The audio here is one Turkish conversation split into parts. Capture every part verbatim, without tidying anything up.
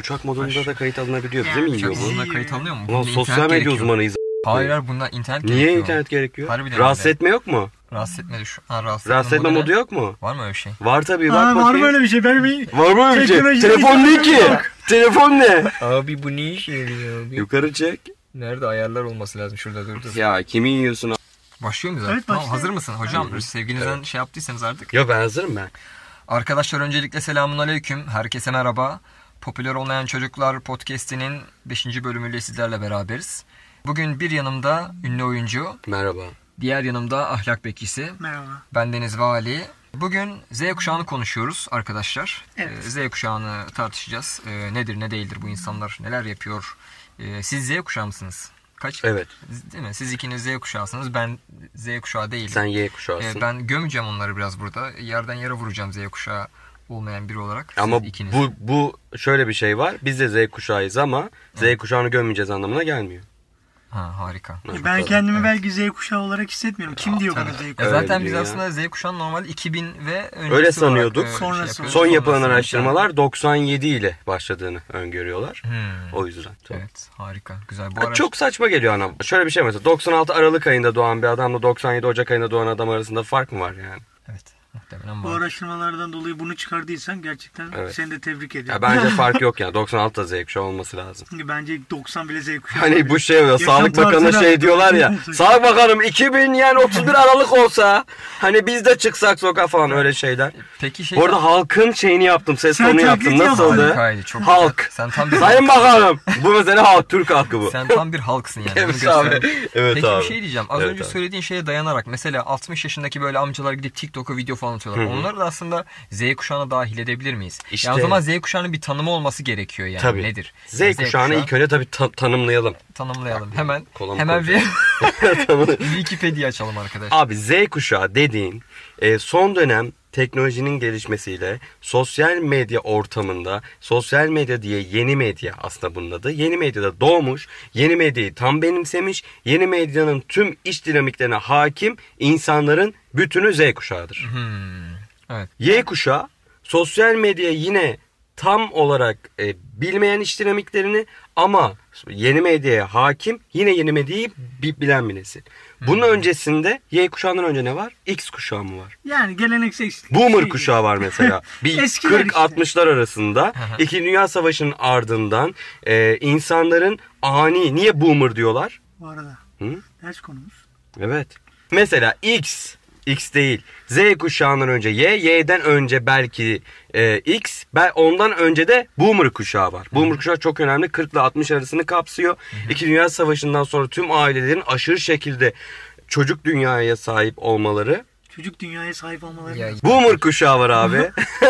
uçak modunda da kayıt alınabiliyor. Bize mi yiyor Uçak bu? modunda kayıt alınıyor mu? Ulan Bunda sosyal internet medya gerekiyor. uzmanıyız. Hayır hayır bunda internet Niye gerekiyor. internet gerekiyor? Harbiden Rahatsız öyle. etme yok mu? Rahatsız etme düş. Ha, rahatsız, Rahatsız etme modu modu ne? yok mu? Var mı öyle bir şey? Var tabii bak Aa, bakayım. var böyle bir şey. Ben bir... Var böyle bir şey. Teknoloji- Telefon ne ki? Telefon ne? Abi bu ne işe yarıyor abi? Yukarı çek. Nerede ayarlar olması lazım şurada dur dur. Ya kimi yiyorsun? Başlıyor muyuz abi? Evet, Tamam, başlayalım. hazır mısın hocam? Sevginizden şey yaptıysanız artık. Ya ben hazırım ben. Arkadaşlar öncelikle selamun aleyküm. Herkese merhaba. Popüler Olmayan Çocuklar podcast'inin beşinci bölümüyle sizlerle beraberiz. Bugün bir yanımda ünlü oyuncu, Merhaba. diğer yanımda ahlak bekçisi. Merhaba. Bendeniz Vali. Bugün Z kuşağını konuşuyoruz arkadaşlar. Evet. Ee, Z kuşağını tartışacağız. Ee, nedir ne değildir bu insanlar, neler yapıyor. Ee, siz Z kuşağı mısınız? Kaç? Evet. Değil mi? Siz ikiniz Z kuşağısınız. Ben Z kuşağı değilim. Sen Y kuşağısın. Ee, ben gömeceğim onları biraz burada. Yerden yere vuracağım Z kuşağı olmayan biri olarak. Ama Siz ikiniz. bu bu şöyle bir şey var. Biz de Z kuşağıyız ama Z kuşağını gömmeyeceğiz anlamına gelmiyor. Ha, harika. Ben kendimi belki Z kuşağı olarak hissetmiyorum. Kim diyor bana Tabii. Z Ya kuşağı? zaten Öyle biz diyor aslında ya. Z kuşağının normalde iki bin ve öncesi Öyle sanıyorduk. olarak, e, Sonrası. yapıyoruz. Son yapılan Sonrası. araştırmalar doksan yedi ile başladığını öngörüyorlar. Hmm. O yüzden. Evet, harika. Güzel. Bu Ha, araç... çok saçma geliyor ana. Şöyle bir şey mesela doksan altı Aralık ayında doğan bir adamla doksan yedi Ocak ayında doğan adam arasında fark mı var yani? Evet, muhtemelen Bu var. araştırmalardan dolayı bunu çıkardıysan gerçekten Evet. seni de tebrik Ya ediyorum. bence fark yok yani. doksan altıda Z kuşağı olması lazım. Çünkü bence doksan bile Z kuşağı. Hani bu şey oluyor. Yaşam Sağlık Bakanı tarzına- şey diyorlar ya. Sağlık Bakanım iki bin yani otuz bir Aralık olsa hani biz de çıksak sokağa falan öyle şeyler. Peki şey... Bu arada halkın şeyini yaptım. Ses Sen tonu taklit yaptım. yaptın. Nasıldı? Harikaydı, çok Halk. güzel. Sen tam bir Sayın Bakanım. Bu mesela halk. Türk halkı bu. Sen tam bir halksın yani. Evet Bunu abi. gösteriyor. Evet Peki abi. bir şey diyeceğim. Az Evet önce abi. söylediğin şeye dayanarak mesela altmış yaşındaki böyle amcalar gidip TikTok'a video falan atıyorlar. Hı hı. Onları da aslında Z kuşağına dahil edebilir miyiz? İşte- Yani o zaman Z kuşağının bir tanımı olması gerekiyor yani. Tabii. Nedir? Z, Yani kuşağını ilk önce tabii ta- tanımlayalım. tanımlayalım. Hemen Kolam hemen bir Tanımlayalım. Wikipedia açalım arkadaşlar. Abi Z kuşağı dediğin e, son dönem teknolojinin gelişmesiyle sosyal medya ortamında, sosyal medya diye yeni medya aslında bunun adı. Yeni medyada doğmuş, yeni medyayı tam benimsemiş, yeni medyanın tüm iç dinamiklerine hakim insanların bütünü Z kuşağıdır. Hmm. Evet. Y kuşağı sosyal medya yine tam olarak e, bilmeyen iç dinamiklerini ama yeni medyaya hakim, yine yeni medyayı bi- bilen bir nesil. Bunun öncesinde Y kuşağından önce ne var? X kuşağı mı var? Yani geleneksel Boomer şey- kuşağı var mesela. Bir Eskiler kırk altmışlar arasında İkinci Dünya Savaşı'nın ardından e, insanların ani, niye boomer diyorlar? Bu arada Hı? ders konumuz. Evet. Mesela X, X değil. Z kuşağından önce Y, Y'den önce belki e, X, ben ondan önce de Boomer kuşağı var. Boomer kuşağı çok önemli. kırk ile altmış arasını kapsıyor. İkinci Dünya Savaşı'ndan sonra tüm ailelerin aşırı şekilde çocuk dünyaya sahip olmaları. Çocuk dünyaya sahip olmaları. Ya- Boomer kuşağı var abi.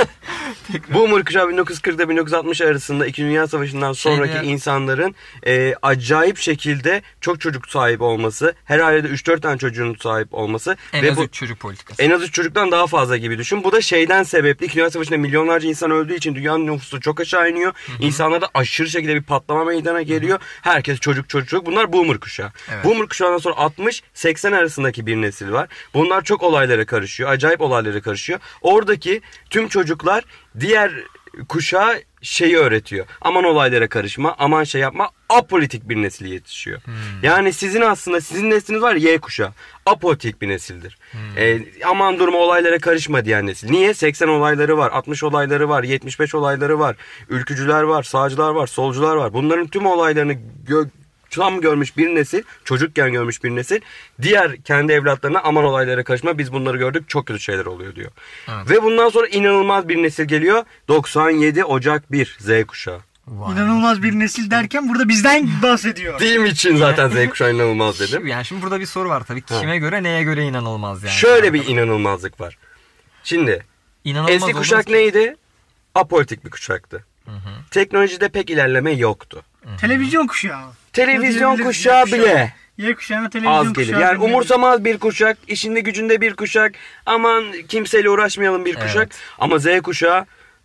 Boomer kuşağı bin dokuz yüz kırk ile bin dokuz yüz altmış arasında İkinci Dünya Savaşı'ndan sonraki Şeyde- insanların e, acayip şekilde çok çocuk sahibi olması, her ailede üç dört tane çocuğun sahip olması En ve az bu üç çocuk politikası. en az üç çocuktan daha fazla gibi düşün. Bu da şeyden sebepli. İkinci Dünya Savaşı'nda milyonlarca insan öldüğü için dünyanın nüfusu çok aşağı iniyor. İnsanlarda aşırı şekilde bir patlama meydana geliyor. Herkes çocuk çocuk çocuk. Bunlar Boomer kuşağı. Evet. Boomer kuşağından sonra altmış seksen arasındaki bir nesil var. Bunlar çok olaylara karışıyor. Acayip olaylara karışıyor. Oradaki tüm çocuklar diğer kuşağa şeyi öğretiyor. Aman olaylara karışma, aman şey yapma. Apolitik bir nesil yetişiyor. Yani sizin aslında sizin nesliniz var ya, Y kuşağı. Apolitik bir nesildir. Ee, aman durma olaylara karışma diyen nesil. Niye? seksen olayları var, altmış olayları var, yetmiş beş olayları var. Ülkücüler var, sağcılar var, solcular var. Bunların tüm olaylarını gö- tam görmüş bir nesil, çocukken görmüş bir nesil, diğer kendi evlatlarına aman olaylara karışma, biz bunları gördük, çok kötü şeyler oluyor diyor. Evet. Ve bundan sonra inanılmaz bir nesil geliyor. doksan yedi Ocak bir Z kuşağı. Vay. İnanılmaz bir nesil derken burada bizden bahsediyor. Değil için zaten Z kuşağı inanılmaz dedim. Yani şimdi burada bir soru var tabii. Kime göre neye göre inanılmaz yani. Şöyle bir inanılmazlık var. Şimdi İnanılmaz eski olmaz kuşak ki. neydi? Apolitik bir kuşaktı. Teknolojide pek ilerleme yoktu. Televizyon kuşağı. Televizyon Ne kuşağı diyebiliriz? bile Y kuşağına televizyon az gelir. kuşağı. Yani denilebilir. umursamaz bir kuşak, işinde gücünde bir kuşak, aman kimseyle uğraşmayalım bir kuşak. Evet. Ama Z kuşağı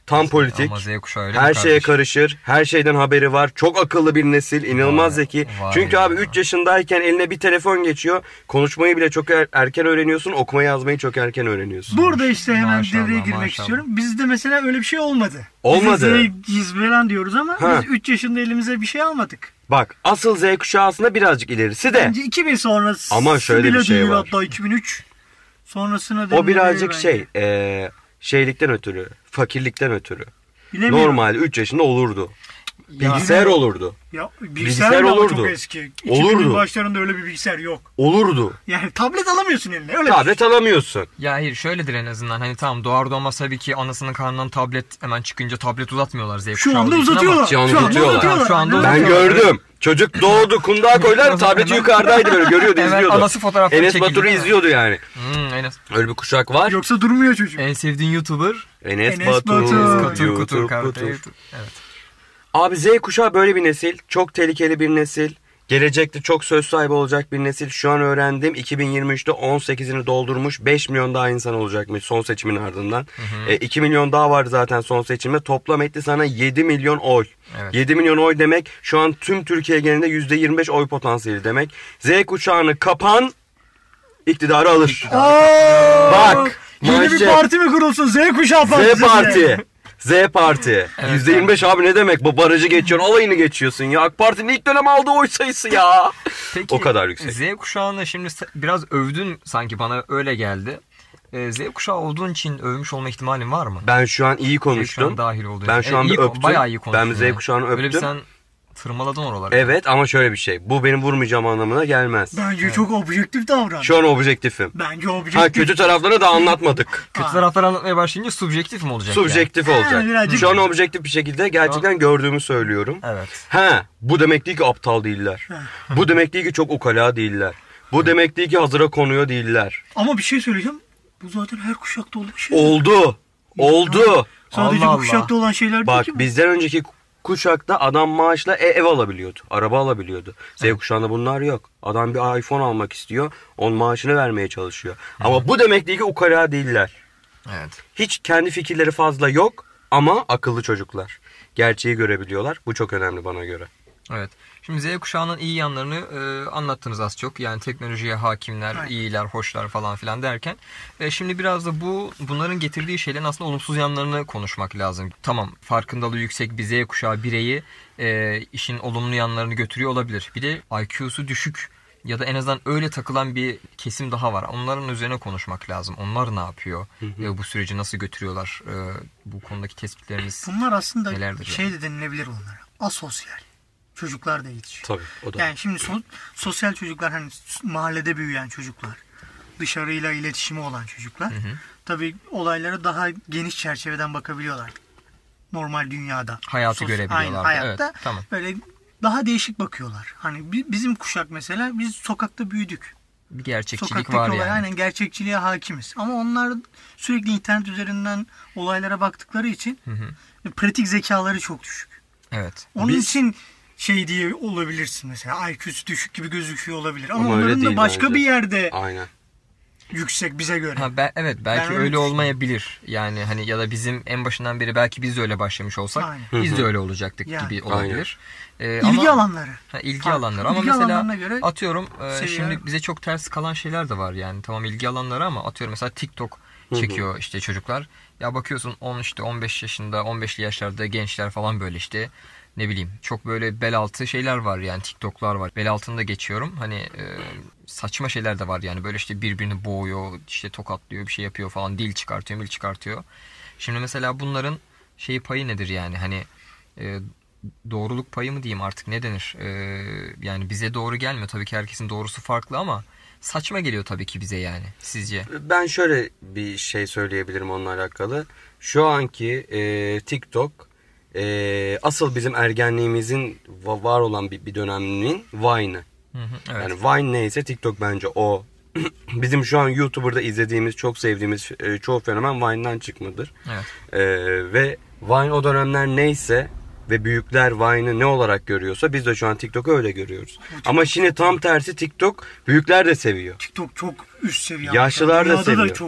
tam politik. Ama Z kuşağı öyle Her mi şeye kardeşim? karışır. Her şeyden haberi var. Çok akıllı bir nesil. İnanılmaz Vay, zeki. vay Çünkü ya. abi üç yaşındayken eline bir telefon geçiyor. Konuşmayı bile çok er- erken öğreniyorsun. Okumayı yazmayı çok erken öğreniyorsun. Burada işte hemen Maşallah, devreye girmek maşallah. istiyorum. Bizde mesela öyle bir şey olmadı. Olmadı. Biz Z falan diyoruz ama Ha. biz üç yaşında elimize bir şey almadık. Bak asıl Z kuşağı aslında birazcık ilerisi de. Bence iki bin sonrası Ama şöyle bir bile şey değil, var. hatta iki bin üç sonrasına O denilebilir birazcık bence. şey eee, şeylikten ötürü. Fakirlikten ötürü. Bilemiyorum. Normalde üç yaşında olurdu. Ya- Bilgisayar olurdu. Ya, bilgisayar, Bilgisayar da ama olurdu. çok eski. Olurdu. iki binin başlarında öyle bir bilgisayar yok. Olurdu. Yani tablet alamıyorsun eline. Öyle Tablet alamıyorsun. Ya hayır şöyledir en azından hani tamam doğar doğmaz tabii ki anasının karnından tablet hemen çıkınca tablet uzatmıyorlar Z Şu kuşağı anda olduğu için ama- uzatıyorlar. Şu anda uzatıyorlar. Şu anda Ben uzatıyorlar. gördüm. Çocuk doğdu, kundağa koydular, tableti yukarıdaydı böyle görüyordu, Evet, izliyordu. anası fotoğrafları Enes çekildi, Batur'u değil mi? izliyordu yani. Hmm, Enes. Öyle bir kuşak var. Yoksa durmuyor çocuk. En sevdiğin YouTuber? Enes, Enes Batur, Batur. Kutur YouTube, kutur kartı. Batur. YouTube. Evet. Abi Z kuşağı böyle bir nesil. Çok tehlikeli bir nesil. Gelecekte çok söz sahibi olacak bir nesil. Şu an öğrendim iki bin yirmi üçte on sekizini doldurmuş beş milyon daha insan olacakmış son seçimin ardından. E, iki milyon daha var zaten son seçimde. Toplam etti sana yedi milyon oy. Evet. yedi milyon oy demek şu an tüm Türkiye genelinde yüzde yirmi beş oy potansiyeli demek. Z kuşağını kapan iktidarı alır. Aa, Bak, Yeni bir manşet. parti mi kurulsun? Z kuşağı partisi. Z diye. Parti. Z Parti. yüzde yirmi beş abi ne demek? Bu barajı geçiyorsun, alayını geçiyorsun ya. AK Parti'nin ilk dönem aldığı oy sayısı ya. Peki O kadar yüksek. Z kuşağını şimdi se- biraz övdün sanki bana öyle geldi. Ee, Z kuşağı olduğun için övmüş olma ihtimalin var mı? Ben şu an iyi Z kuşağına konuştum. dahil olduğun Ben için. şu an iyi bir kon- öptüm. Bayağı iyi konuştun. Ben Z yani. kuşağını Böyle bir öptüm. sen tırmaladın oraları. Evet ama şöyle bir şey. Bu benim vurmayacağım anlamına gelmez. Bence çok objektif davran. Şu an objektifim. Bence objektif. Ha kötü taraflarını da anlatmadık. Kötü Aa. tarafları anlatmaya başlayınca subjektif mi olacak Subjektif Ha, olacak. birazcık- Şu an objektif bir şekilde gerçekten gördüğümü söylüyorum. yani? Evet. Ha, bu demek değil ki aptal değiller. Bu demek değil ki çok ukala değiller. Bu demek değil ki hazıra konuyor değiller. Ama bir şey söyleyeceğim. Bu zaten her kuşakta olan bir şey. Oldu. Oldu. Sadece Allah bu kuşakta olan şeyler Bak değil ki. bizden önceki kuşakta adam maaşla e- ev alabiliyordu. Araba alabiliyordu. Z kuşağında bunlar yok. Adam bir iPhone almak istiyor. Onun maaşını vermeye çalışıyor. Ama bu demek değil ki ukala değiller. Evet. Hiç kendi fikirleri fazla yok ama akıllı çocuklar. Gerçeği görebiliyorlar. Bu çok önemli bana göre. Evet. Şimdi Z kuşağının iyi yanlarını e, anlattınız az çok. Yani teknolojiye hakimler, Aynen. iyiler, hoşlar falan filan derken. E, şimdi biraz da bu bunların getirdiği şeylerin aslında olumsuz yanlarını konuşmak lazım. Tamam, farkındalığı yüksek bir Z kuşağı bireyi e, işin olumlu yanlarını götürüyor olabilir. Bir de I Q'su düşük ya da en azından öyle takılan bir kesim daha var. Onların üzerine konuşmak lazım. Onlar ne yapıyor? E, bu süreci nasıl götürüyorlar? E, bu konudaki tespitleriniz Bunlar aslında nelerdir şey yani? de denilebilir onlara. Asosyal. Çocuklar da yetişiyor. Tabii o da. Yani şimdi so- sosyal çocuklar hani mahallede büyüyen çocuklar. Dışarıyla iletişimi olan çocuklar. Tabii olaylara daha geniş çerçeveden bakabiliyorlar. Normal dünyada. Hayatı Sos- görebiliyorlar. Aynen, hayatta Evet, tamam. böyle daha değişik bakıyorlar. Hani bi- bizim kuşak mesela biz sokakta büyüdük. Bir gerçekçilik Sokaktaki var olay yani. aynen gerçekçiliğe hakimiz. Ama onlar sürekli internet üzerinden olaylara baktıkları için pratik zekaları çok düşük. Evet. Onun Biz- için şey diye olabilirsin mesela I Q'su düşük gibi gözüküyor olabilir. Ama, Ama öyle onların da değil başka bence. bir yerde Aynen. yüksek bize göre. Ha, ben, evet belki Ben öyle öyle düşünüyorum. olmayabilir. Yani hani ya da bizim en başından beri belki biz de öyle başlamış olsak Aynen. biz de öyle olacaktık Yani. gibi olabilir. Ee, İlgi ama, alanları. Ha, ilgi Farklı. alanları ama İlgi mesela alanlarına göre atıyorum e, seviye- şimdi bize çok ters kalan şeyler de var yani. Tamam ilgi alanları ama atıyorum mesela TikTok çekiyor işte çocuklar. Ya bakıyorsun on işte on beş yaşında on beşli yaşlarda gençler falan böyle işte ne bileyim çok böyle bel altı şeyler var yani TikTok'lar var. Bel altını da geçiyorum. Hani e, saçma şeyler de var yani böyle işte birbirini boğuyor, işte tokatlıyor, bir şey yapıyor falan, dil çıkartıyor, mil çıkartıyor. Şimdi mesela bunların şeyi payı nedir yani hani e, doğruluk payı mı diyeyim artık ne denir? E, yani bize doğru gelmiyor tabii ki herkesin doğrusu farklı ama saçma geliyor tabii ki bize yani sizce? Ben şöyle bir şey söyleyebilirim onunla alakalı. Şu anki e, TikTok e, asıl bizim ergenliğimizin va- var olan bir, bir döneminin Vine'ı. Hı hı, evet. Yani Vine neyse TikTok bence o. Bizim şu an YouTuber'da izlediğimiz, çok sevdiğimiz e, çoğu fenomen Vine'dan çıkmadır. Evet. E, ve Vine o dönemler neyse ve büyükler Vine'ı ne olarak görüyorsa biz de şu an TikTok'u öyle görüyoruz. Ama şimdi tam tersi TikTok büyükler de seviyor. TikTok çok üst seviye. Yaşlılar da Dünyada seviyor. da çok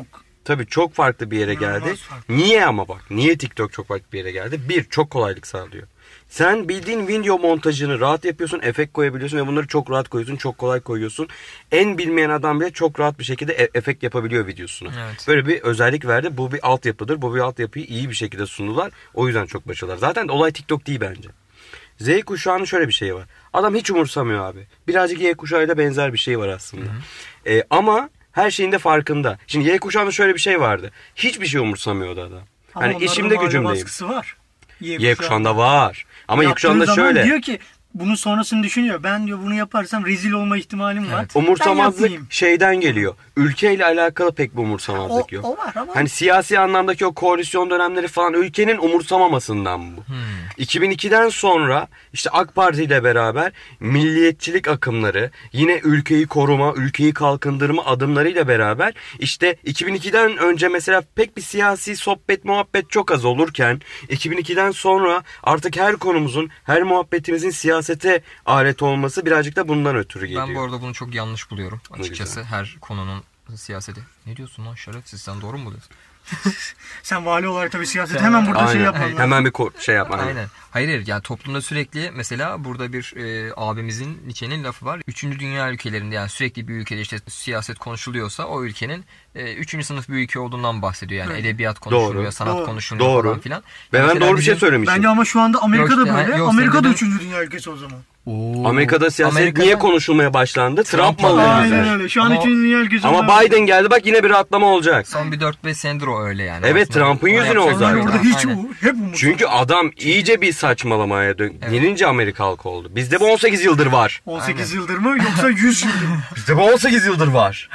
Tabii çok farklı bir yere İnanılmaz geldi. farklı. Niye ama bak? Niye TikTok çok farklı bir yere geldi? Bir, çok kolaylık sağlıyor. Sen bildiğin video montajını rahat yapıyorsun, efekt koyabiliyorsun ve bunları çok rahat koyuyorsun, çok kolay koyuyorsun. En bilmeyen adam bile çok rahat bir şekilde e- efekt yapabiliyor videosuna. Evet. Böyle bir özellik verdi. Bu bir altyapıdır. Bu bir altyapıyı iyi bir şekilde sundular. O yüzden çok başarılılar. Zaten olay TikTok değil bence. Z kuşağının şöyle bir şeyi var. Adam hiç umursamıyor abi. Birazcık Y kuşağıyla benzer bir şey var aslında. Ee, ama her şeyin de farkında. Şimdi Y kuşağında şöyle bir şey vardı. Hiçbir şey umursamıyordu adam. Ama Hani onlarda işimde mahalle gücümdeyim. baskısı var. Y kuşağında var. Ama Y Yaptığı kuşağında zaman şöyle. diyor ki bunun sonrasını düşünüyor. Ben diyor bunu yaparsam rezil olma ihtimalim var. Evet. Ben Umursamazlık yapmayayım. şeyden geliyor. Ülkeyle alakalı pek bir O, umursamazlık yok. o var ama Hani siyasi anlamdaki o koalisyon dönemleri falan ülkenin umursamamasından bu. Hmm. iki bin ikiden sonra işte AK Parti ile beraber milliyetçilik akımları, yine ülkeyi koruma, ülkeyi kalkındırma adımlarıyla beraber işte iki bin ikiden önce mesela pek bir siyasi sohbet muhabbet çok az olurken iki bin ikiden sonra artık her konumuzun, her muhabbetimizin siyasete alet olması birazcık da bundan ötürü geliyor. Ben bu arada bunu çok yanlış buluyorum Ne açıkçası. güzel. Her konunun siyaseti. Ne diyorsun lan şerefsiz, sen doğru mu buluyorsun? sen vali olarak tabii siyaset Sen- hemen burada şey Aynen. yapman lazım. Hemen bir ko- şey yapman. Aynen. Hayır hayır, yani toplumda sürekli mesela burada bir e, abimizin Nietzsche'nin lafı var. Üçüncü dünya ülkelerinde, yani sürekli bir ülkede işte siyaset konuşuluyorsa o ülkenin e, üçüncü sınıf bir ülke olduğundan bahsediyor. Yani Evet. edebiyat konuşuluyor, Doğru. sanat Doğru. konuşuluyor Doğru. falan filan. Ve ben Mesela doğru bir şey bizim- söylemişim. Bence ama şu anda Amerika'da Yok işte, böyle. ha, yok, Amerika'da senin üçüncü dünya ülkesi o zaman. Oo. Amerika'da siyaset Amerika'da- niye konuşulmaya başlandı? Trump Trump mı alıyor alıyor bize. Aynen bize? öyle. Şu an Ama- üçüncü dünya ülkesi Ama onlar. Biden geldi, bak yine bir rahatlama olacak. Son bir dört beş senedir o öyle yani. Evet, aslında. Trump'ın Onu yüzüne o yapacak zaten. bir şey Orada yok. hiç Aynen. u- hep umut. Çünkü adam iyice bir saçmalamaya dön. Evet. Yenince Amerika halkı oldu. Bizde bu on sekiz yıldır var. on sekiz Aynen. yıldır mı yoksa yüz yıldır mı? Bizde bu on sekiz yıldır var.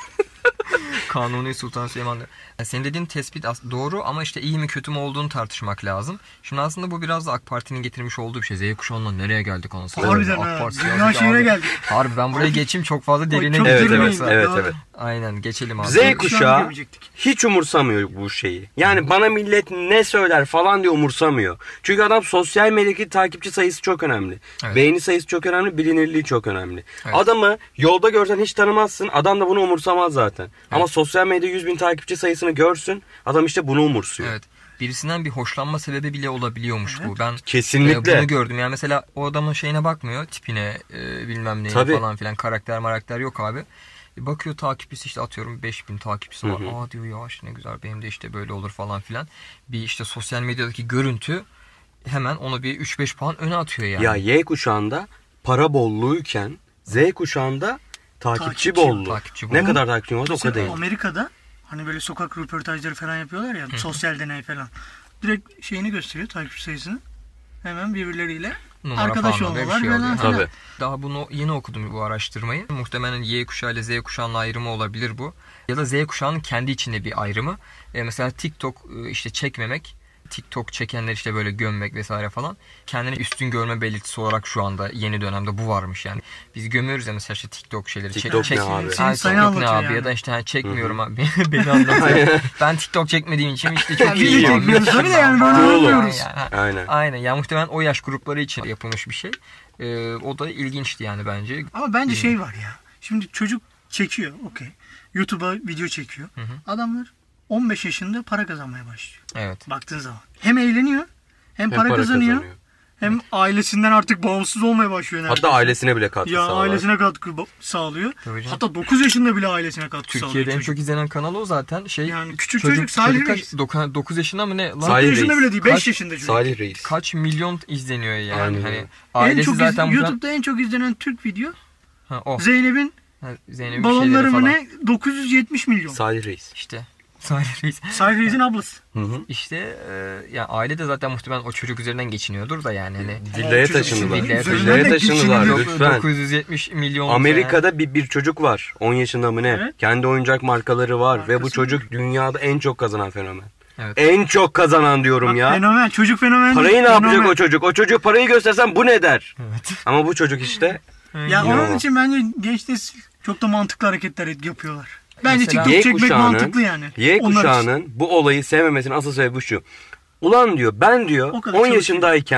Kanuni Sultan Süleyman. Yani senin dediğin tespit as- doğru ama işte iyi mi kötü mü olduğunu tartışmak lazım. Şimdi aslında bu biraz da AK Parti'nin getirmiş olduğu bir şey. Z kuşağından nereye geldik onu sonra? Harbiden AK ha. Parti Dünya siyaseti şeyine abi. geldik. Harbi ben buraya geçeyim, çok fazla derine çok Evet gireceğim evet girmeyin. evet Doğru. evet. Aynen, geçelim abi. Z Şu an kuşağı girmeyecektik. hiç umursamıyor bu şeyi. Yani bana millet ne söyler falan diye umursamıyor. Çünkü adam sosyal medyadaki takipçi sayısı çok önemli. Evet. Beğeni sayısı çok önemli, bilinirliği çok önemli. Evet. Adamı yolda görsen hiç tanımazsın. Adam da bunu umursamaz zaten. Ama sosyal medyada yüz bin takipçi sayısını görsün. Adam işte bunu umursuyor. Evet. Birisinden bir hoşlanma sebebi bile olabiliyormuş bu. Ben Kesinlikle. e, bunu gördüm. Yani mesela o adamın şeyine bakmıyor, tipine, e, bilmem neyine Tabii. falan filan, karakter marakter yok abi. E, bakıyor takipçisi işte atıyorum beş bin takipçisi var. Hı hı. Aa diyor ya işte ne güzel, benim de işte böyle olur falan filan. Bir işte sosyal medyadaki görüntü hemen onu bir üç beş puan öne atıyor yani. Ya Y kuşağında para bolluğuyken Z kuşağında takipçi, Takipçi, bolluğu. takipçi Ne bolluğu. kadar takipçi varsa o Mesela kadar değil. Amerika'da hani böyle sokak röportajları falan yapıyorlar ya, sosyal deney falan. Direkt şeyini gösteriyor, takipçi sayısını. Hemen birbirleriyle Numara arkadaş falan oluyor, bir olmalar şey falan oluyor. filan. Tabii. Daha bunu yeni okudum, bu araştırmayı. Muhtemelen Y kuşağı ile Z kuşağının ayrımı olabilir bu. Ya da Z kuşağının kendi içinde bir ayrımı. E mesela TikTok e, işte çekmemek, TikTok çekenler işte böyle gömmek vesaire falan. Kendini üstün görme belirtisi olarak şu anda yeni dönemde bu varmış yani. Biz gömüyoruz ya mesela işte TikTok şeyleri. TikTok çek, ne çek, abi? Ha, Senin sayını TikTok ne anlatıyor abi yani. ya da işte ha, çekmiyorum abi. Beni anlatıyor. Ben TikTok çekmediğim için işte çok Biz de iyi. çekmiyoruz tabii de yani böyle Doğru. anlamıyoruz. Yani, ha. Aynen. Aynen. Ya muhtemelen o yaş grupları için yapılmış bir şey. Ee, o da ilginçti yani bence. Ama bence şey var ya. Şimdi çocuk çekiyor, okey. YouTube'a video çekiyor. hı. Adamlar on beş yaşında para kazanmaya başlıyor. Evet. Baktığın zaman. Hem eğleniyor, hem, Hem para, kazanıyor, hem ailesinden artık bağımsız olmaya başlıyor. Hatta neredeyse. ailesine bile katkı Ya sağlar. ailesine katkı ba- sağlıyor. Tabii canım. Hatta dokuz yaşında bile ailesine katkı sağlıyor. Türkiye'de en çocuk. çok izlenen kanal o zaten. Şey, Yani küçük çocuk, Salih Reis. dokuz yaşında mı ne? Lan Salih dokuz yaşında Reis. bile değil, beş Kaç- yaşında çocuk. Salih Reis. kaç milyon izleniyor yani. Aynen Hani öyle. En ailesi çok iz- zaten bu YouTube'da en çok izlenen Türk video ha, o. Zeynep'in Ha, Zeynep'in balonları şeyleri mı falan. ne? dokuz yüz yetmiş milyon. Salih Reis. İşte. Salih Reis. Salih Reis'in ablası. Hı hı. İşte e, yani aile de zaten muhtemelen o çocuk üzerinden geçiniyordur da yani. Hani Villaya çocuk taşındılar. villaya Villaya taşındılar. taşındılar Yok, lütfen. dokuz yüz yetmiş milyon. Amerika'da bir, bir çocuk var. on yaşında mı ne? Evet. Kendi oyuncak markaları var. Ve bu Markası çocuk dünyada en çok kazanan fenomen. Evet. En çok kazanan diyorum Bak, ya. fenomen, çocuk fenomen. Parayı değil, ne yapacak fenomen. o çocuk? O çocuğu parayı göstersen bu ne der? Evet. Ama bu çocuk işte. Ya İnanılmaz. onun için bence genç nesil çok da mantıklı hareketler yapıyorlar. Bence Mesela- TikTok Y çekmek kuşağının, mantıklı yani. Y Onlar için. kuşağının bu olayı sevmemesinin asıl sebebi şu. Ulan diyor ben diyor O kadar on çalışıyor. yaşındayken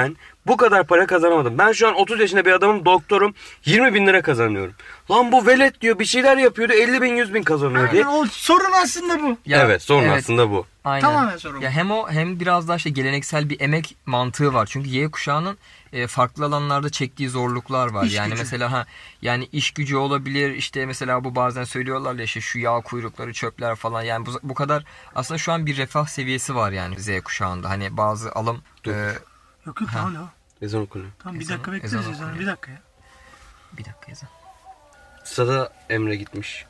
Bu kadar para kazanamadım. Ben şu an otuz yaşında bir adamım, doktorum, yirmi bin lira kazanıyorum. Lan bu velet diyor, bir şeyler yapıyordu, elli bin yüz bin kazanıyor diye. Aynen, o sorun aslında bu. Ya, evet sorun evet. aslında bu. Aynen. Tamamen sorun. Ya hem o hem biraz daha işte geleneksel bir emek mantığı var. Çünkü Y kuşağının e, farklı alanlarda çektiği zorluklar var. İş yani gücü. mesela ha yani iş gücü olabilir. İşte mesela bu bazen söylüyorlar ya işte şu yağ kuyrukları, çöpler falan. Yani bu, bu kadar aslında şu an bir refah seviyesi var yani Z kuşağında. Hani bazı alım Dur. e, Yok yok Ha. hala. Ezan okunuyor. Tamam bir Ezan- dakika ezan bekleriz ezanı. okunuyor. Bir dakika ya. bir dakika yazın. Sırada Emre gitmiş.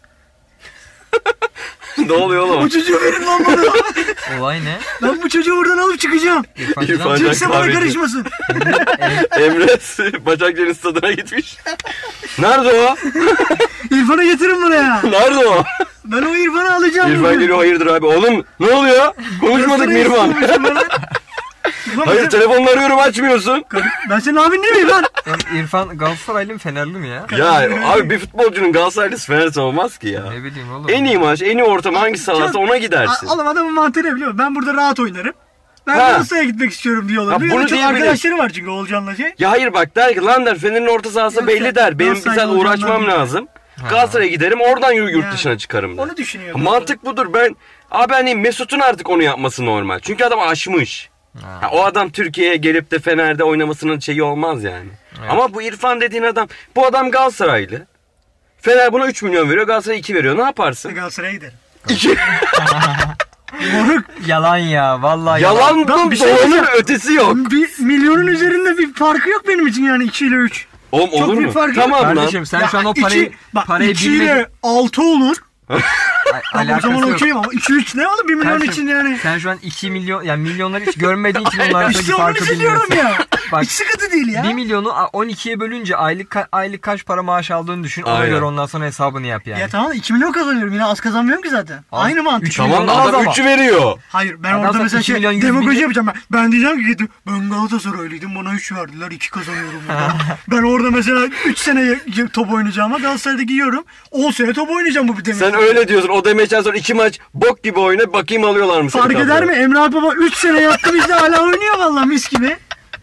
Ne oluyor oğlum? O çocuğu verin lan bana. Olay ne? Ben bu çocuğu buradan alıp çıkacağım. İrfan İrfan Can- Can- Kimse bana kahveci. karışmasın. Emre Başakşehir'in stadına gitmiş. Nerede o? İrfan'ı getirin buraya. Nerede o? Ben o İrfan'ı alacağım. İrfan bugün. geliyor, hayırdır abi. Oğlum ne oluyor? Konuşmadık mı İrfan? İrfan, ben- Hayır, telefonla arıyorum, açmıyorsun. Ben senin abin değil miyim lan? Oğlum İrfan Galatasaraylı mı Fenerli mi ya? Ya abi bir futbolcunun Galatasaraylısı Fener'si olmaz ki ya. Ne bileyim oğlum. En iyi maç, en iyi ortam hangisi sağlarsa ona gidersin. A- Oğlum adamın mantığı ne biliyor musun? Ben burada rahat oynarım. Ben Ha. Galatasaray'a gitmek istiyorum diyorlar. Ha, Ya bunu da çok diyebilir. arkadaşları var çünkü Oğulcan'la şey. Ya hayır bak, der ki lan der, Fener'in orta sahası Yok, belli sen der. Benim Galatasaray güzel uğraşmam olacağından lazım. Galatasaray'a giderim, oradan yurt yurt Yani, dışına çıkarım der. Onu düşünüyor. Mantık budur. Ben abi hani Mesut'un artık onu yapması normal. Çünkü adam aşmış. Ha. Ha, o adam Türkiye'ye gelip de Fener'de oynamasının şeyi olmaz yani. Evet. Ama bu İrfan dediğin adam, bu adam Galatasaraylı. Fener buna üç milyon veriyor, Galatasaray iki veriyor. Ne yaparsın? Galatasaray'a giderim. İki. Moruk. Yalan ya vallahi yalan. Yalan Ben bunun bir şey doğrunun diyeceğim. ötesi yok. Bir milyonun üzerinde bir farkı yok benim için yani iki ile üç. Oğlum Çok olur büyük mu? fark yok. Tamam lan. Kardeşim sen Ya şu an o iki- parayı bak, parayı iki bilmedin. ile altı olur. Ay- Tamam, o alakası zaman yok. okeyim ama iki üç ne oğlum bir milyon Kardeşim, için yani. Sen şu an iki milyon yani milyonları hiç görmediğin için onun arasındaki İşte onu farkı düşünüyorum bilmiyorsun. ya. Bak Hiç sıkıntı değil ya. bir milyonu on ikiye bölünce aylık ka- aylık kaç para maaş aldığını düşün. Ona Aynen. göre ondan sonra hesabını yap yani. Ya tamam iki milyon kazanıyorum yine az kazanmıyorum ki zaten. Az- Aynı mantık. üç Tamam milyon da az adam ama. üçü veriyor. Hayır ben Adam orada sana mesela iki şey milyon, yüz demagoji bin- yapacağım ben. Ben diyeceğim ki ben Galatasaraylıydım bana üç verdiler iki kazanıyorum burada. Ben orada mesela üç sene y- top oynayacağıma Galatasaray'da giyiyorum. on sene top oynayacağım bu bir demek. Sen öyle diyorsun. O demeçten sonra iki maç bok gibi oyna, bakayım alıyorlar mı seni Fark eder kadroya? mi? Emre Akbaba üç sene yattı bizde hala oynuyor vallahi mis gibi.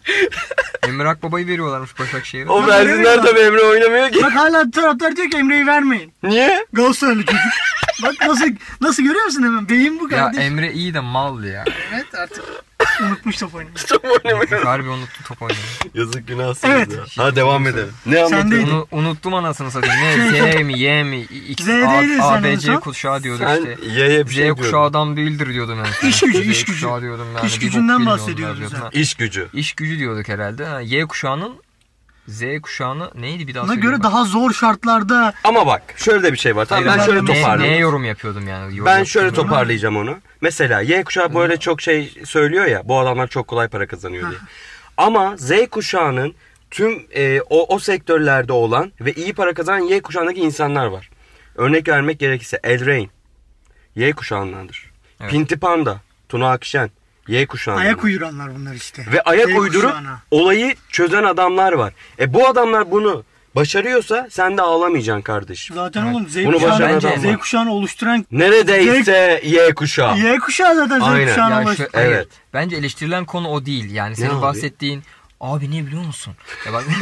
Emre Akbaba'yı veriyorlarmış Başakşehir'e. O Lan versinler öyle tabii, Emre oynamıyor ki. Bak hala taraftar diyor ki Emre'yi vermeyin. Niye? Galatasaraylı çocuk. Bak nasıl nasıl görüyor musun hemen? Beyin bu Ya kardeş. Emre iyi de mal ya. Evet artık unutmuş top oynamayı. Çok oynamıyor. Harbi unuttu top oynamayı. Yazık, günahsınız Evet. ya. Ha devam edelim. Ne Sen anlatıyorsun? değil. Unu, unuttum anasını satayım. Ne Z mi Y mi? X, Z'deydin A, sen A, B, en C son. kuşağı diyorduk Sen işte. Y'ye bir Z şey kuşağı diyordun. adam değildir diyordum en son. İş gücü, Z iş gücü. kuşağı diyordum yani. İş bir bok gücünden bilmiyorlar bahsediyoruz diyordum. ha. Ha. İş gücü. İş gücü diyorduk herhalde. Ha, Y kuşağının Z kuşağını neydi bir daha Ona söyleyeyim göre bak. daha zor şartlarda Ama bak şöyle de bir şey var. Tamam, Hayır, ben şöyle ne- toparlayayım. Neye yorum yapıyordum yani? Yorum Ben şöyle yapıyordum. toparlayacağım onu. Mesela Y kuşağı böyle çok şey söylüyor ya. Bu adamlar çok kolay para kazanıyor diye. Ama Z kuşağının tüm e, o, o sektörlerde olan ve iyi para kazanan Y kuşağındaki insanlar var. Örnek vermek gerekirse Elrain Y kuşağındandır. Evet. Pinti Panda, Tuna Akşen Y kuşağındandır. ayak uyduranlar bunlar işte. Ve ayak Z uydurup kuşağına. olayı çözen adamlar var. E bu adamlar bunu başarıyorsa sen de ağlamayacaksın kardeşim. Zaten Evet. oğlum Z Bunu başaran kuşağını, adam var. Z kuşağını oluşturan Neredeyse Y kuşağı. Y kuşağı zaten Z Aynen. kuşağına Ya baş. şu, Evet. hayır, bence eleştirilen konu o değil. Yani senin abi? bahsettiğin abi ne biliyor musun? Ya bak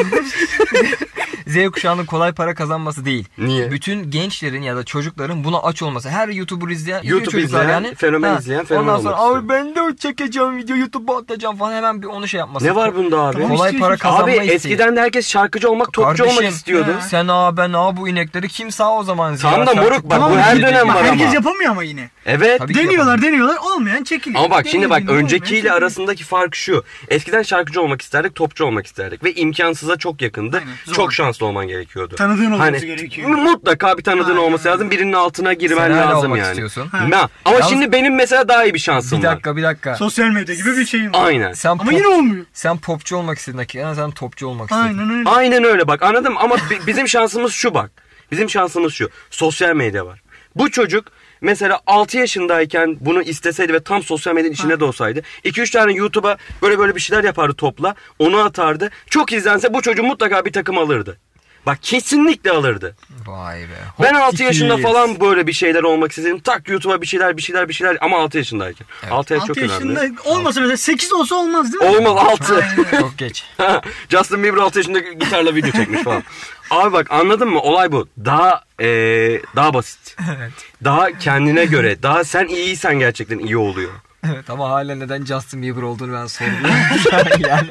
Z kuşağının kolay para kazanması değil. Niye? Bütün gençlerin ya da çocukların buna aç olması. Her YouTuber izleyen, izliyor YouTube çocuklar izleyen, yani. fenomen izleyen fenomen Ondan sonra olmak abi ben de çekeceğim video YouTube'a atacağım falan hemen bir onu şey yapması. Ne var bunda abi? Tamam. Kolay para kazanma Abi isteği. eskiden de herkes şarkıcı olmak, topçu olmak Kardeşim, istiyordu. ya. Sen aa ben aa bu inekleri kim sağ o zaman? Tamam da Ziya moruk, Selçuk bak falan bu mı her girdi? dönem var Herkes ama. yapamıyor ama yine. Evet. Tabii ki Deniyorlar yapamıyor. deniyorlar olmayan çekiliyor. Ama bak şimdi bak Denediğinde öncekiyle olmayan çekiliyor. arasındaki fark şu. Eskiden şarkıcı olmak isterdik, topçu olmak isterdik ve imkansıza çok yakındı. Aynen, zor. Çok şanslı olman gerekiyordu. Tanıdığın olması Hani gerekiyor. mutlaka bir tanıdığın Aynen. olması lazım. Birinin altına girmen Sen hala lazım olmak yani. istiyorsun. Ha. Ma- Ama Yalnız- şimdi benim mesela daha iyi bir şansım Bir dakika bir dakika. Sosyal medya gibi bir şeyim var. var. Aynen. Sen Ama pop- yine olmuyor. sen popçu olmak istedin hakikaten sen topçu olmak istedin. Aynen öyle. Aynen öyle bak, anladım ama bi- bizim şansımız şu bak. Bizim şansımız şu. Sosyal medya var. Bu çocuk mesela altı yaşındayken bunu isteseydi ve tam sosyal medyanın içinde de olsaydı iki üç tane YouTube'a böyle böyle bir şeyler yapardı topla. Onu atardı. Çok izlense bu çocuğu mutlaka bir takım alırdı. Bak kesinlikle alırdı. Vay be. Ben Hop altı yaşında ikiyiz. falan böyle bir şeyler olmak istedim. Tak YouTube'a bir şeyler bir şeyler bir şeyler ama altı yaşındayken. Evet. altı yaş altı çok yaşında önemli. olmasa mesela sekiz olsa olmaz değil mi? Olmaz altı. Çok geç. Justin Bieber altı yaşında gitarla video çekmiş falan. Abi bak anladın mı? Olay bu. Daha ee, daha basit. Evet. Daha kendine göre. Daha sen iyiysen gerçekten iyi oluyor. Evet ama hala neden Justin Bieber olduğunu ben sorguluyorum. yani.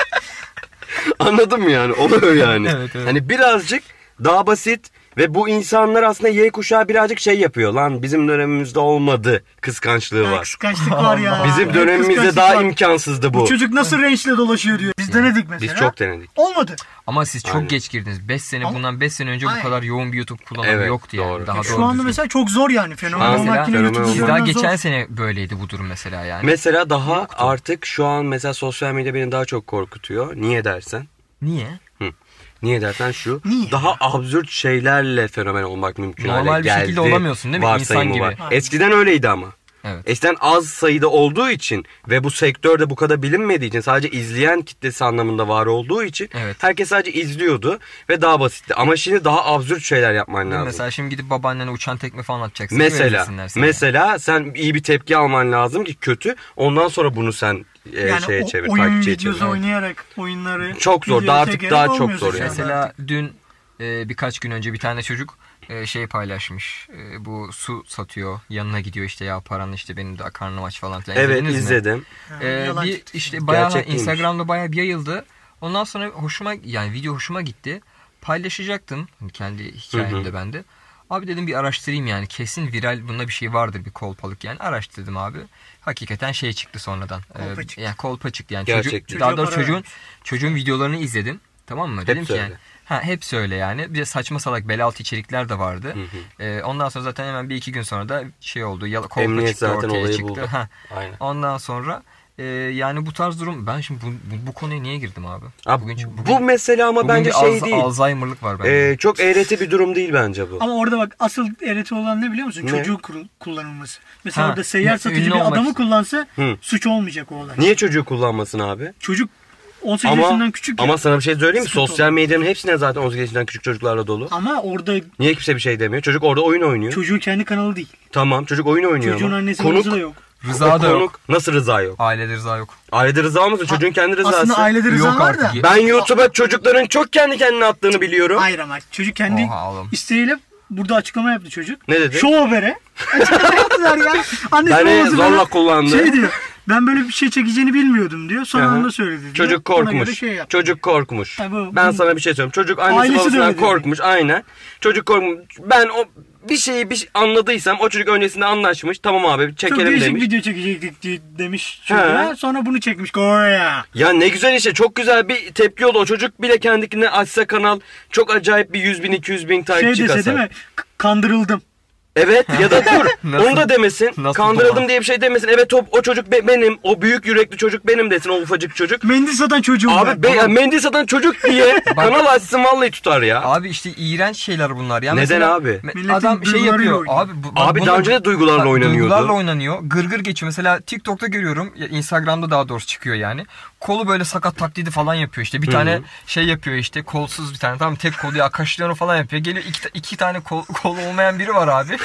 Anladın mı yani? Oluyor yani. Evet, evet. Hani birazcık daha basit ve bu insanlar aslında Y kuşağı birazcık şey yapıyor. Lan bizim dönemimizde olmadı kıskançlığı Ya, var. kıskançlık var ya. Bizim Ya, dönemimizde kıskançlık daha var. imkansızdı bu. Bu çocuk nasıl range'le dolaşıyor diyor. Biz denedik mesela. Biz çok denedik. Olmadı. Ama siz çok Aynen. geç girdiniz. beş sene Ama- bundan beş sene önce bu Aynen. kadar yoğun bir YouTube kullanımı Evet, yoktu yani. doğru. Daha Şu doğru anda düzgün. mesela çok zor yani. Fenomen Şu an olmak mesela yine fenomen YouTube'da Siz daha görmen geçen zor. sene böyleydi bu durum mesela yani. Mesela daha artık şu an mesela sosyal medya beni daha çok korkutuyor. Niye dersen? Niye? Niye dersen şu. Niye? Daha absürt şeylerle fenomen olmak mümkün Normal hale bir geldi. şekilde olamıyorsun değil mi? varsayımı İnsan var. gibi. Eskiden öyleydi ama. Evet. Eskiden az sayıda olduğu için ve bu sektörde bu kadar bilinmediği için sadece izleyen kitlesi anlamında var olduğu için Evet. herkes sadece izliyordu ve daha basitti. Ama şimdi daha absürt şeyler yapman lazım. Mesela şimdi gidip babaannene uçan tekme falan atacaksın. Öyle Mesela desinler sana. mesela sen iyi bir tepki alman lazım ki kötü. Ondan sonra bunu sen e, Yani şeye o- çevir, oyun takipçiye videosu çevir. oynayarak oyunları Çok zor, videoya daha artık çekerek daha çok olmuyorsun zor şu yani. anda. Mesela dün e, birkaç gün önce bir tane çocuk e, şey paylaşmış. E, bu su satıyor. Yanına gidiyor işte ya paranı işte benim de karnım aç falan filan. Evet İzlediniz mi? izledim. Ha, Ee, yalan bir çıktı. işte bayağı Gerçek Instagram'da bayağı bir yayıldı. Ondan sonra hoşuma yani video hoşuma gitti. Paylaşacaktım hani kendi hikayemde ben de. Abi dedim bir araştırayım yani kesin viral bunda bir şey vardır bir kolpalık yani araştırdım abi. Hakikaten şey çıktı sonradan. Kolpa Ee, çıktı. Yani kolpa çıktı yani Gerçek çocuk değil. daha Çocuğa doğrusu para çocuğun vermiş. çocuğun videolarını izledim. Tamam mı? Dedim Hepsi ki yani öyle. ha hepsi öyle yani. Bir de saçma salak bel altı içerikler de vardı. Ee, ondan sonra zaten hemen bir iki gün sonra da şey oldu. Yala, kolpa Emniyet çıktı zaten ortaya olayı çıktı. buldu. Ha. Aynen. Ondan sonra e, yani bu tarz durum ben şimdi bu, bu, bu konuya niye girdim abi? Abi, bugün, bu mesela ama bugün bence bir şey Alz- değil. Alzheimer'lık var bende. Ee, çok eğreti bir durum değil bence bu. Ama orada bak asıl eğreti olan ne biliyor musun? Ne? Çocuğu kur- kullanılması. Mesela Ha, orada seyyar ünlü satıcı bir olmak adamı için. kullansa Hı. suç olmayacak o olay. Niye çocuğu kullanmasın abi? Çocuk on sekiz Ama yaşından küçük ya. ama sana bir şey söyleyeyim mi? Sıkıntı Sosyal olur. medyanın hepsine zaten on sekiz yaşından küçük çocuklarla dolu. Ama orada Niye kimse bir şey demiyor? Çocuk orada oyun oynuyor. çocuğun kendi kanalı değil. Tamam çocuk oyun oynuyor Çocuğun ama. annesi Konuk, babası da yok. Rıza da yok. konuk, nasıl rıza yok? Ailede rıza yok. Ailede rıza olmasın? Çocuğun kendi rızası. Aslında ailede rıza Yok var artık da. ya. Ben YouTube'a çocukların çok kendi kendine attığını biliyorum. Hayır ama çocuk kendi Oha oğlum. isteğiyle burada açıklama yaptı çocuk. Ne dedi? Show Haber'e açıklama yaptılar ya. Annesi Beni babası zorla bana kullandı. Şey diyor. Ben böyle bir şey çekeceğini bilmiyordum diyor. Sonra Hı hı. onu da söyledi diyor. Çocuk Ona göre korkmuş. şey yaptı. Çocuk korkmuş. Ha, bu- ben bu- sana bir şey söyleyeyim. Çocuk annesi Ailesi de babasından öyle dedi. korkmuş. Aynen. Çocuk korkmuş. Ben o bir şeyi bir şey anladıysam o çocuk öncesinde anlaşmış. Tamam abi Çok çekelim değişik demiş. video çekecektik diye demiş çocuğa. He. Sonra bunu çekmiş Kore'ye. Ya ne güzel işte çok güzel bir tepki oldu. O çocuk bile kendine açsa kanal çok acayip bir yüz bin iki yüz bin Şey takipçi dese kasar. değil mi? K- Kandırıldım. Evet ya da dur Nasıl- onu da demesin. nasıl Kandırıldım dolan? diye bir şey demesin. Evet o, o çocuk be- benim. O büyük yürekli çocuk benim desin. O ufacık çocuk. Mendil satan çocuğum ben. Abi be, Tamam. mendil satan çocuk diye kanal açsın vallahi tutar ya. Abi işte iğrenç şeyler bunlar ya. Neden Mesela, abi? me- Milletin adam şey duygularıyla yapıyor. oynuyor. Abi, bu, Abi bunlar- daha önce de duygularla Ha, oynanıyordu. Duygularla oynanıyor. Gırgır geçiyor. Mesela TikTok'ta görüyorum. ya Instagram'da daha doğrusu çıkıyor yani. Kolu böyle sakat taklidi falan yapıyor işte. Bir tane şey yapıyor işte. Kolsuz bir tane. Tamam tek kolu akaşlıyor falan yapıyor. Geliyor iki, iki tane kol, kolu olmayan biri var abi.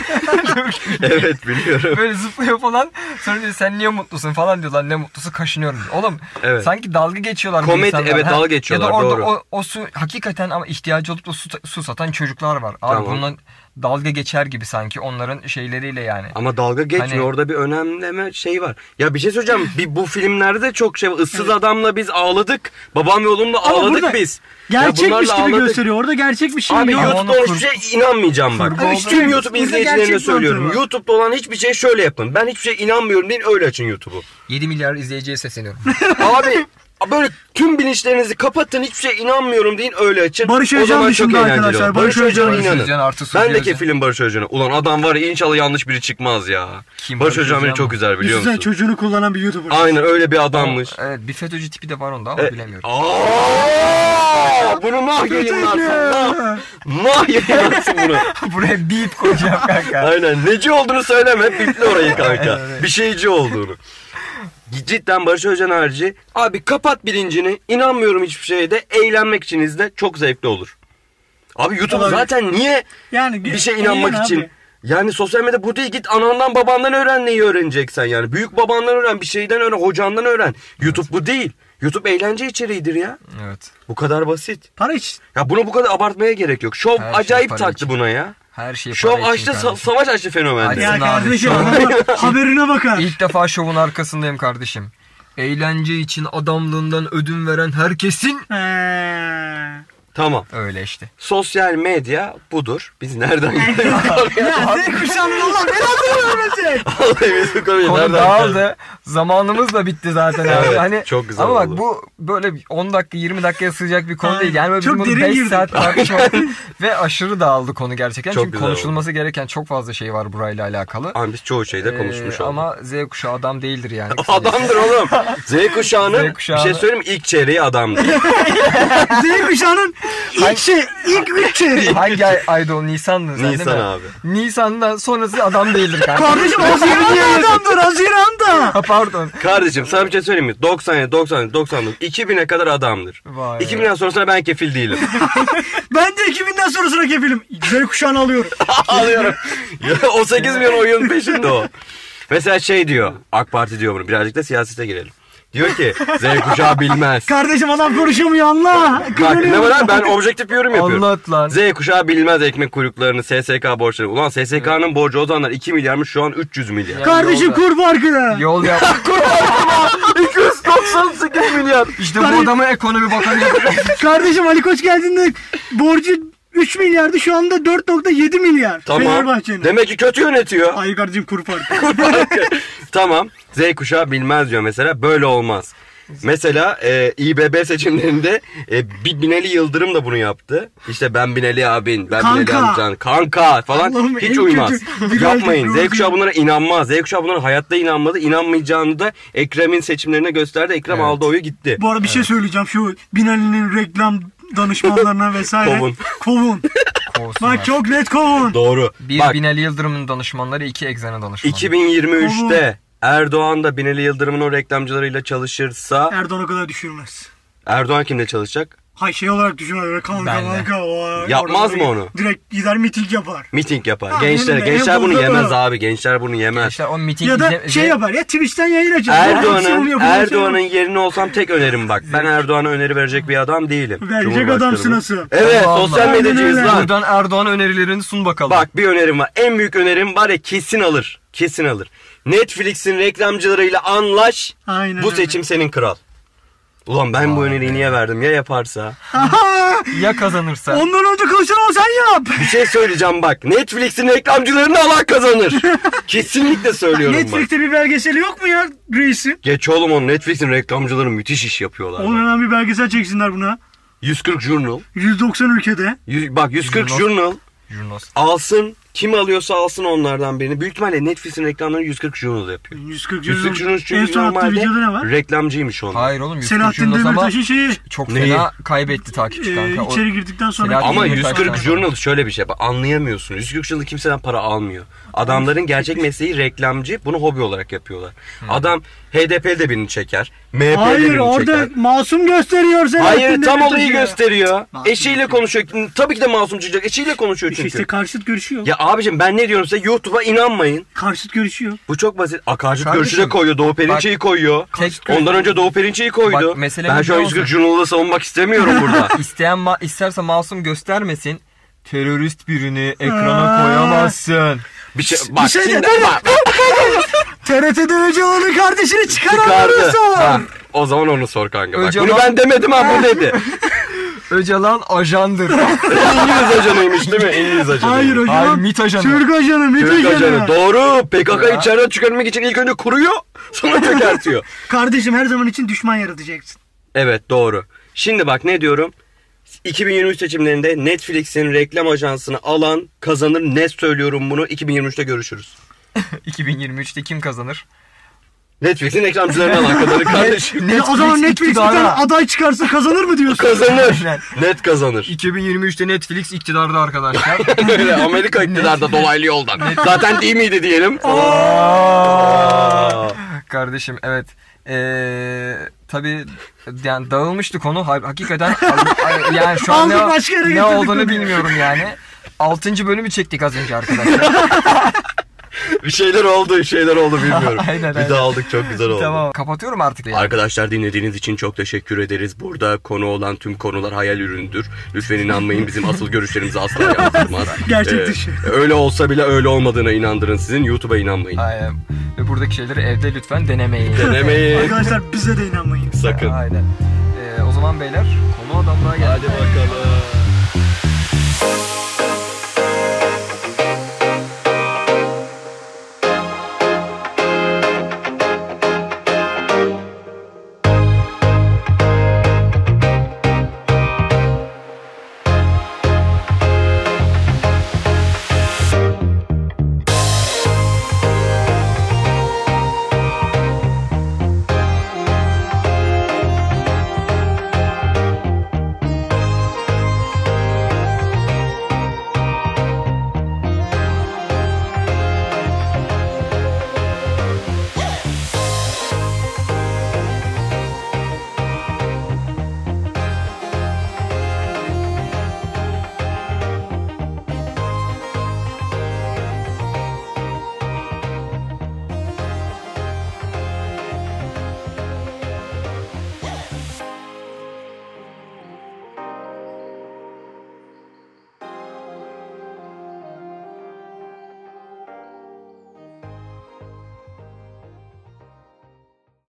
Evet biliyorum. Böyle zıplıyor falan. Sonra diyor sen niye mutlusun falan diyorlar. Ne mutlusu kaşınıyorum diyor. Oğlum Evet. sanki dalga geçiyorlar bu Komedi, insanlar. evet, Ha, dalga geçiyorlar, Ya da orada doğru. o, o su hakikaten ama ihtiyacı olup da su, su satan çocuklar var. Abi Tamam. bundan dalga geçer gibi sanki onların şeyleriyle yani. Ama dalga geçmiyor. Hani- Orada bir önemleme şey var. Ya bir şey söyleyeceğim. bir, bu filmlerde de çok şey var. Issız adamla biz ağladık. Babam ve oğlumla Ama ağladık burada biz. Ya Gerçekmiş bunlarla gibi ağladık. gösteriyor. Orada gerçek bir şey Abi yok. Ama YouTube'da onu olan kur- hiçbir şeye inanmayacağım bak. kurgu oldu. Tüm YouTube Burada izleyicilerine gerçek söylüyorum. mantığı var. YouTube'da olan hiçbir şey şöyle yapın. Ben hiçbir şeye inanmıyorum deyin öyle açın YouTube'u. yedi milyar izleyiciye sesleniyorum. Abi böyle tüm bilinçlerinizi kapatın hiçbir şeye inanmıyorum deyin öyle açın. Barış O Özcan zaman çok dışında eğlenceli arkadaşlar, olur. Barış Barış Özcan'a Özcan- Barış inanın. Özcan artı Suzi Ben de Özcan. kefilim Barış Özcan'a. Ulan adam var ya inşallah yanlış biri çıkmaz ya. Kim, Barış Barış Özcan beni Özcan çok mı? güzel biliyor Düşünsene musun? çocuğunu kullanan bir YouTuber. Aynen öyle bir adammış. Evet bir FETÖ'cü tipi de var onda ama E, bilemiyorum. Aa, bunu nah yayınlarsın. Nah, nah yayınlarsın bunu. Buraya beep koyacağım kanka. Aynen. Neci olduğunu söyleme. Biple orayı kanka. Bir şeyci olduğunu. Cidden Barış Özcan harici. Abi kapat bilincini. İnanmıyorum hiçbir şeye de. Eğlenmek için izle. Çok zevkli olur. Abi YouTube Olabilir. zaten niye Yani bir şey inanmak eğlen için? abi. Yani sosyal medya bu değil, git anandan babandan öğren neyi öğreneceksen yani. Büyük babandan öğren, bir şeyden öğren, hocandan öğren. YouTube bu değil. YouTube eğlence içeriğidir ya. Evet. Bu kadar basit. Para için. Ya bunu bu kadar abartmaya gerek yok. Şov Her şey acayip para taktı için. buna ya. Her şey Şov para için açtı, sa- kardeşim. savaş açtı fenomende. Hadi. Ya abi, kardeşim şu an- adama haberine bakar. İlk defa şovun arkasındayım kardeşim. Eğlence için adamlığından ödün veren herkesin Eee. Tamam. öyle işte. Sosyal medya budur. Biz nereden geldik? Ya Z kuşağının Allah belasını vermesin. Vallahi biz bu konuyu Konu nereden dağıldı. geldik? Zamanımız da bitti zaten abi. Evet, hani çok güzel ama bak oldu. bu böyle on dakika yirmi dakikaya sığacak bir konu Aynen. değil. Yani böyle Çok bizim bunu derin beş girdik. saat tartışmak ve aşırı dağıldı konu gerçekten. Çok Çünkü güzel konuşulması gereken çok fazla şey var burayla alakalı. Ama biz çoğu şeyde konuşmuş Ee, olduk. ama Z kuşağı adam değildir yani. kısacası. Adamdır oğlum. Z kuşağının Z kuşağını- bir şey söyleyeyim mi? İlk çeyreği adamdır. Z kuşağının ilk şey, ilk üç çeyreği. Hangi ay, ayda o? Nisan'dı sen Nisan değil mi? abi. Nisan'dan sonrası adam değildir kanka. Kardeşim Haziran'da adamdır Haziran'da. Ha, pardon. Kardeşim sana bir şey söyleyeyim mi? doksan yedi, doksan yedi, doksan dokuz, iki bine kadar adamdır. Vay iki be. binden sonrasına ben kefil değilim. Ben de iki binden sonrasına kefilim. Z kuşağını alıyorum. Alıyorum. Ya, o sekiz milyon oyun peşinde o. Mesela şey diyor, AK Parti diyor bunu, birazcık da siyasete girelim. Diyor ki Z kuşağı bilmez. Kardeşim adam konuşamıyor Allah. Bak ne var abi, ben objektif bir yorum yapıyorum. Anlat lan. Z kuşağı bilmez ekmek kuyruklarını, S S K borçlarını. Ulan S S K'nın borcu o zamanlar iki milyarmış, şu an üç yüz milyar. Ya. Kardeşim Yolda. kur farkını. Yol yap. iki yüz doksan sekiz milyar. İşte bu adamı ekonomi bakanı yapıyor. Kardeşim Ali Koç geldiğinde borcu üç milyardı, şu anda dört nokta yedi milyar. Tamam. Fenerbahçe'nin. Demek ki kötü yönetiyor. Hayır kardeşim kur farkı. Tamam. Z kuşağı bilmez diyor mesela. Böyle olmaz. Mesela e, İBB seçimlerinde e, bir Binali Yıldırım da bunu yaptı. İşte ben Binali abin, ben Kanka. Binali amcan, kanka falan Allah'ım, hiç en uymaz. kötü viral Yapmayın. Z teknoloji. kuşağı bunlara inanmaz. Z kuşağı bunlara hayatta inanmadı. İnanmayacağını da Ekrem'in seçimlerine gösterdi. Ekrem Evet. aldı oyu gitti. Bu arada bir şey söyleyeceğim. Şu Binali'nin reklam danışmanlarına vesaire. Kovun. Kovun. Kovsunlar. Bak çok net kovun. Doğru. Bir Bak Binali Yıldırım'ın danışmanları, iki Egzen'e danışmanları. iki bin yirmi üçte Erdoğan da Binali Yıldırım'ın o reklamcılarıyla çalışırsa Erdoğan o kadar düşürmez. Erdoğan kimle çalışacak? Hay şey olarak düşünme böyle kanka Benle. kanka. o- Yapmaz orada mı onu? Direkt gider miting yapar. Miting yapar. Aynen Gençler, öyle. gençler En bunu fazla yemez o. abi. Gençler bunu yemez. Gençler o miting Ya da izle- şey izle- yapar ya, Twitch'ten yayın açar. Maksimum Erdoğan'ın yapılan şey Erdoğan'ın var. yerine olsam tek önerim bak. Ben Erdoğan'a öneri verecek bir adam değilim. Verecek Cumhurbaşkanı adamsın bu. nasıl? Evet, Allah sosyal Allah. medyacıyız Aynen öyle. lan. Buradan Erdoğan önerilerini sun bakalım. Bak bir önerim var. En büyük önerim var ya, kesin alır. Kesin alır. Netflix'in reklamcılarıyla anlaş. Aynen Bu öyle. seçim senin kral. Ulan ben bu Vay öneriyi be. niye verdim? Ya yaparsa? Ya kazanırsa? Ondan önce konuşan ol, sen yap. Bir şey söyleyeceğim bak. Netflix'in reklamcılarını alan kazanır. Kesinlikle söylüyorum bak. Netflix'te bir belgeseli yok mu ya reisin? Geç oğlum onu. Netflix'in reklamcıları müthiş iş yapıyorlar. Oğlum bak. hemen bir belgesel çeksinler buna. yüz kırk Journal. yüz doksan ülkede. Yüz- bak yüz kırk Journal. Journal Jurnos. alsın. Kim alıyorsa alsın onlardan birini. Büyük ihtimalle Netflix'in reklamlarını yüz kırk Journal yapıyor. yüz kırk yüz kırk Journal En çünkü son attığı normalde videoda ne var? reklamcıymış onlar. Hayır oğlum, yüz kırk Selahattin Jurnos ama Demirtaş'ın şeyi. çok Neyi? fena kaybetti takipçi e, kanka. O- içeri girdikten sonra. Selahattin Ama Demirtaş'tan yüz kırk sonra. Journal şöyle bir şey. Bak, anlayamıyorsun. yüz kırk Journal kimseden para almıyor. Adamların gerçek mesleği reklamcı. Bunu hobi olarak yapıyorlar. Adam H D P'de birini çeker. M H P'de Hayır, birini orada çeker. masum gösteriyor Selahattin Hayır, tam olayı Demirtaş'ı. gösteriyor. Masum Eşiyle gösteriyor. konuşuyor. Tabii ki de masum çıkacak. Eşiyle konuşuyor İşte, çünkü. işte karşıt görüşüyor. Ya abicim, ben ne diyorum size? YouTube'a inanmayın. Karşıt görüşüyor. Bu çok basit. Akarcık Kardeşim, görüşü de koyuyor. Doğu Perinçe'yi koyuyor. tek- Ondan önce Doğu Perinçe'yi koydu. Bak, mesele Ben ne şu an biliyor yüz kırk musun? Journal'ı savunmak istemiyorum burada. İsteyen ma- isterse masum göstermesin. Terörist birini ekrana Aa. koyamazsın. Bir şey bak şey şimdi de- bak, T R T'de Öcalan'ın kardeşini çıkardı. çıkaranları sor. Ha, o zaman onu sor kanka. Bak, Öcalan- bunu ben demedim ha, bu dedi. Öcalan ajandır. İngiliz ajanıymış değil mi? İngiliz ajanı. Hayır hocam. Hayır, MİT ajanı. Türk ajanı, MİT Türk ajanı. ajanı. Doğru. P K K Ya. içeriden çıkarmak için ilk önce kuruyor. Sonra çökertiyor. Kardeşim her zaman için düşman yaratacaksın. Evet, doğru. Şimdi bak ne diyorum. iki bin yirmi üç seçimlerinde Netflix'in reklam ajansını alan kazanır. Net söylüyorum bunu. iki bin yirmi üçte görüşürüz. iki bin yirmi üçte kim kazanır? Netflix'in reklamcılarını alan kazanır kardeşim. Ya o zaman Netflix bir tane iktidara. aday çıkarsa kazanır mı diyorsun? Kazanır. Aynen. Net kazanır. iki bin yirmi üçte Netflix iktidarda arkadaşlar. Öyle Amerika iktidarda dolaylı yoldan. Zaten değil miydi diyelim. Kardeşim evet. Ee, tabii yani dağılmıştı konu. Ha- Hakikaten yani şu an Aldık ne, başka yere ne getirdik olduğunu konuyu. bilmiyorum yani. Altıncı bölümü çektik az önce arkadaşlar. Bir şeyler oldu, bir şeyler oldu bilmiyorum. Aynen, Bir aynen. daha aldık, çok güzel oldu. Tamam. Kapatıyorum artık yani. Arkadaşlar dinlediğiniz için çok teşekkür ederiz. Burada konu olan tüm konular hayal ürünüdür. Lütfen inanmayın, bizim asıl görüşlerimizi asla yansıtmaz. Gerçek dışı. Öyle olsa bile öyle olmadığına inandırın sizin. YouTube'a inanmayın. Aynen. Ve buradaki şeyleri evde lütfen denemeyin. Denemeyin. Arkadaşlar bize de inanmayın. Sakın. Aynen. Ee, o zaman beyler konu adamlığa geldi. Hadi bakalım.